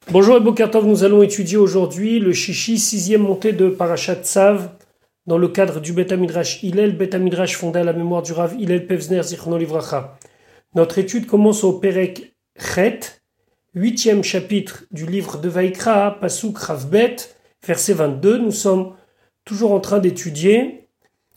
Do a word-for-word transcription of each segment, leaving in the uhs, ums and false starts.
Bonjour et Bokertov, nous allons étudier aujourd'hui le Shishi, sixième montée de Parashat Tzav, dans le cadre du Bet HaMidrash Hillel, Bet HaMidrash fondé à la mémoire du Rav Hillel Pevzner Zichrono Livracha. Notre étude commence au Perek Chet, huitième chapitre du livre de Vaikra, Pasuk Rav Bet, verset vingt-deux. Nous sommes toujours en train d'étudier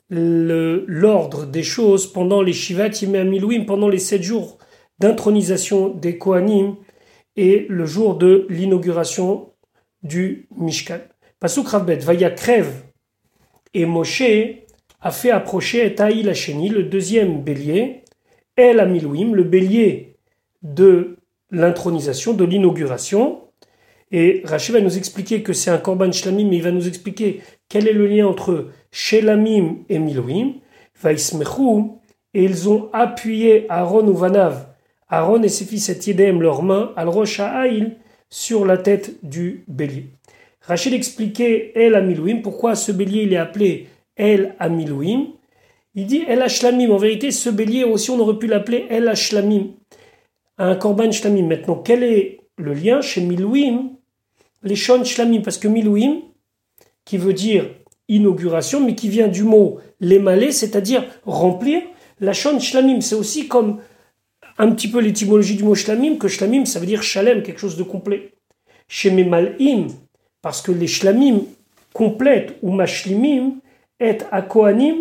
le, l'ordre des choses pendant les Shivat Yemei HaMiluim, pendant les sept jours d'intronisation des Kohanim, et le jour de l'inauguration du Mishkan. Pasuk Rav Bet, Vaya crève, et Moshe a fait approcher et Haïl Hasheni, le deuxième bélier, El Hamiluim, le bélier de l'intronisation, de l'inauguration. Et Rashi va nous expliquer que c'est un Korban Shlamim, mais il va nous expliquer quel est le lien entre Shelamim et Miluim. Vaismechu, et ils ont appuyé Aaron ou Vanav, Aaron et ses fils et Yedem leurs mains, al rosh ha'aïl, sur la tête du bélier. Rachid expliquait El Hamiluim, pourquoi ce bélier il est appelé El Hamiluim. Il dit El Hashlamim, en vérité ce bélier aussi on aurait pu l'appeler El Hashlamim, un Korban Shlamim. Maintenant, quel est le lien chez Miluim, les Shon Shlamim, parce que Miluim, qui veut dire inauguration, mais qui vient du mot l'émalé, c'est-à-dire remplir, la Shon Shlamim, c'est aussi comme un petit peu l'étymologie du mot shlamim, que shlamim, ça veut dire shalem, quelque chose de complet. Chez Memal'im, parce que les shlamim complètent, ou mashlimim, et akohanim,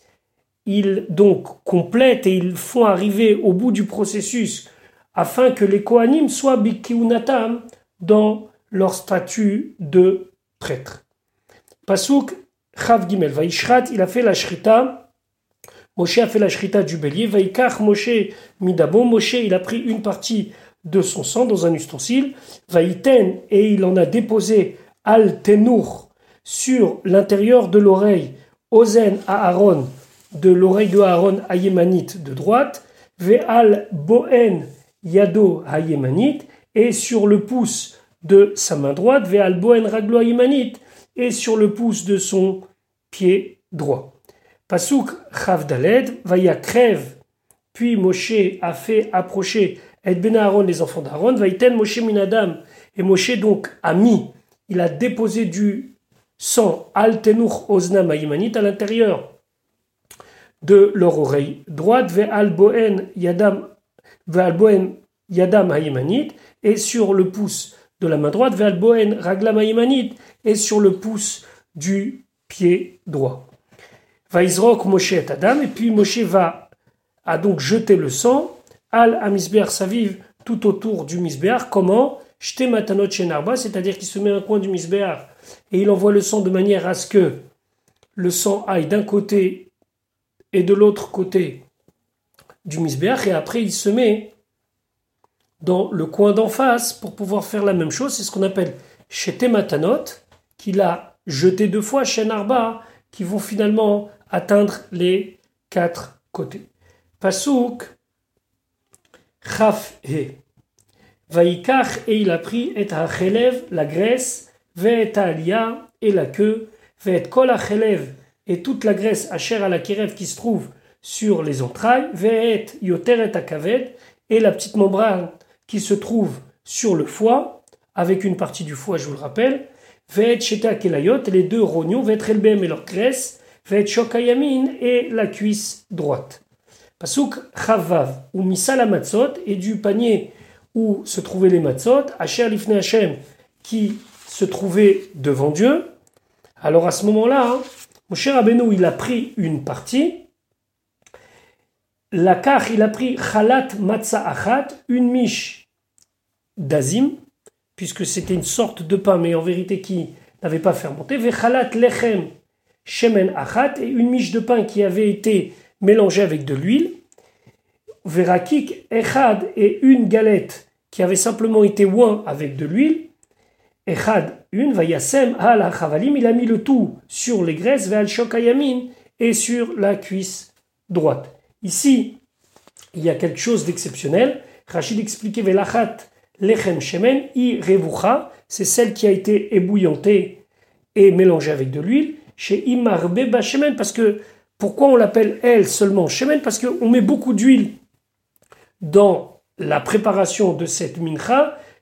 ils donc complètent et ils font arriver au bout du processus, afin que les kohanim soient bikiunatam dans leur statut de prêtre. Pasuk, Chav Gimel, Vaishrat, il a fait la shrita. Moshe a fait la shrita du bélier. Vaikach Moshe midabo. Moshe, il a pris une partie de son sang dans un ustensile. Vaïten, et il en a déposé al tenour sur l'intérieur de l'oreille. Ozen à Aaron, de l'oreille de Aaron à Yémanite de droite. Ve'al bohen yado à Yémanite, et sur le pouce de sa main droite. Ve'al bohen raglo à Yémanite, et sur le pouce de son pied droit. Pasuk Chav Daled, Vaya crève, puis Moshe a fait approcher Et Ben Aaron, les enfants d'Aaron, Vaïten Moshe Minadam, et Moshe donc a mis, il a déposé du sang Al Tenuch Oznam Hayimanit à l'intérieur de leur oreille droite, Ve'al Bohen Yadam, Ve'al Bohen Yadam Hayimanit, et sur le pouce de la main droite, Ve'al Bohen Raglam Hayimanit, et sur le pouce du pied droit. Vaizrok Moshe et Adam, et puis Moshe va, a donc jeté le sang, al amisbeach saviv, tout autour du misbeach. Comment? Shte matanot shenarba, c'est-à-dire qu'il se met un coin du misbeach, et il envoie le sang de manière à ce que le sang aille d'un côté et de l'autre côté du misbeach, et après il se met dans le coin d'en face pour pouvoir faire la même chose. C'est ce qu'on appelle shte matanot, qu'il a jeté deux fois, shenarba, qui vont finalement atteindre les quatre côtés. Pasuk Chaf He. Vaikach, et il a pris et hachelev, la graisse, ve'et ha'aliyah, et la queue, ve'et kol hachelev, et toute la graisse asher à la kerev qui se trouve sur les entrailles, ve'et yoteret hakaved, et la petite membrane qui se trouve sur le foie, avec une partie du foie, je vous le rappelle, ve'et sheta kelayot, les deux rognons, ve'et relbem et leur graisse, ve'et shokayamin, et la cuisse droite. Pasuk chavav, ou misal matzot, et du panier où se trouvaient les matzot, asher lifnei Hashem, qui se trouvait devant Dieu. Alors à ce moment-là, hein, Moshe Rabbeinu, il a pris une partie. Lakach, il a pris chalat matzah achat, une miche d'azim, puisque c'était une sorte de pain, mais en vérité qui n'avait pas fermenté. Vechalat lechem shemen achat, et une miche de pain qui avait été mélangée avec de l'huile. Verakik echad, et une galette qui avait simplement été oint avec de l'huile. Echad, une, vayasem al hachavalim, il a mis le tout sur les graisses, ve'al shokayamin, et sur la cuisse droite. Ici, il y a quelque chose d'exceptionnel. Rachid expliquait velachat lechem shemen i revucha, c'est celle qui a été ébouillantée et mélangée avec de l'huile. Chez imarbe bashemen, parce que pourquoi on l'appelle elle seulement shemen? Parce qu'on met beaucoup d'huile dans la préparation de cette mincha,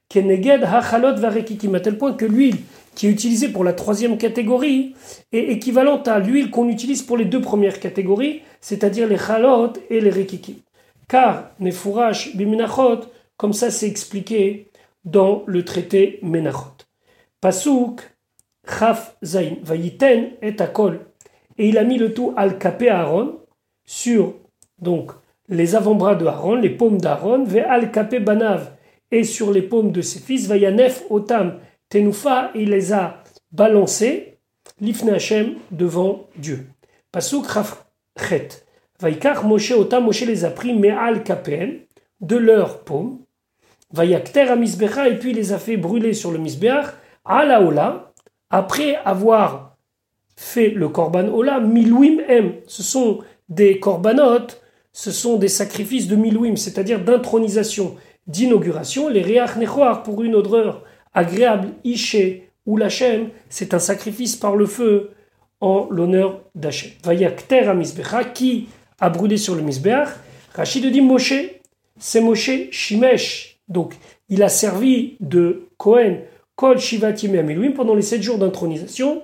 keneged hachalot varekikim, à tel point que l'huile qui est utilisée pour la troisième catégorie est équivalente à l'huile qu'on utilise pour les deux premières catégories, c'est-à-dire les chalot et les rekikim. Car nefurash bimenachot, comme ça c'est expliqué dans le traité Menachot. Pasuk chaf zain vayiten et akol, et il a mis le tout al kapé Aaron sur donc les avant-bras de Aaron, les paumes d'Aaron, ve al kapé banav, et sur les paumes de ses fils, vayanef otam tenufa, il les a balancés l'ifne Hashem devant Dieu. Pasuk chaf chet vaikach Moshe otam, Moshe les a pris me'al kapéen, de leurs paumes, vayakter à misbecha, et puis il les a fait brûler sur le misbeach à la ola, après avoir fait le korban ola, milouim em, ce sont des korbanot, ce sont des sacrifices de milouim, c'est-à-dire d'intronisation, d'inauguration, les reach nechoar, pour une odeur agréable, ishe ou lachem, c'est un sacrifice par le feu en l'honneur d'Hachem. Vayakter à misbecha, qui a brûlé sur le misbeach, Rachid dit Moshe, c'est Moshe Shimesh, donc il a servi de Kohen Kol Shivat Yemei HaMiluim pendant les sept jours d'intronisation.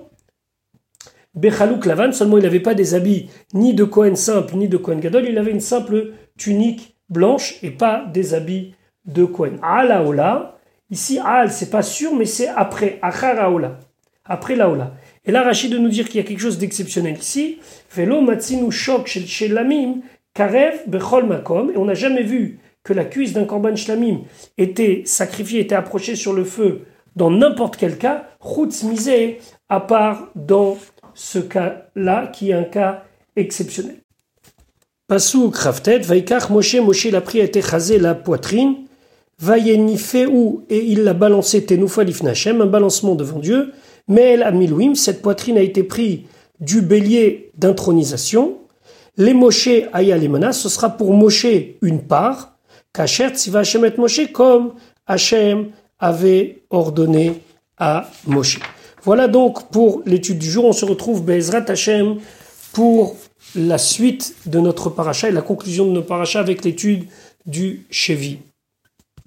Bechaluk Lavan, seulement il n'avait pas des habits ni de Kohen simple ni de Kohen Gadol, il avait une simple tunique blanche et pas des habits de Kohen. Al Haola, ici Al c'est pas sûr mais c'est après, Achar Haola, après la Haola. Et là Rachid de nous dire qu'il y a quelque chose d'exceptionnel ici. Velo Matzinu Shok Shel Shelamim Karev Bechol Makom, et on n'a jamais vu que la cuisse d'un korban shlamim était sacrifiée, était approchée sur le feu dans n'importe quel cas, chutz misé, à part dans ce cas-là, qui est un cas exceptionnel. Pasuk Raftet, Vaikach Moshe, Moshe l'a pris, a été chazé la poitrine, Vayenifeu, et il l'a balancé Tenufa Lifne Hashem, un balancement devant Dieu, mais el Amilouim, cette poitrine a été prise du bélier d'intronisation, les Moshe Aya Lemana, ce sera pour Moshe une part, Kacher Tziva Hashem et Moshe, comme Hashem avait ordonné à Moshe. Voilà donc pour l'étude du jour. On se retrouve Be'ezrat Hashem pour la suite de notre paracha et la conclusion de nos parachas avec l'étude du Shevi.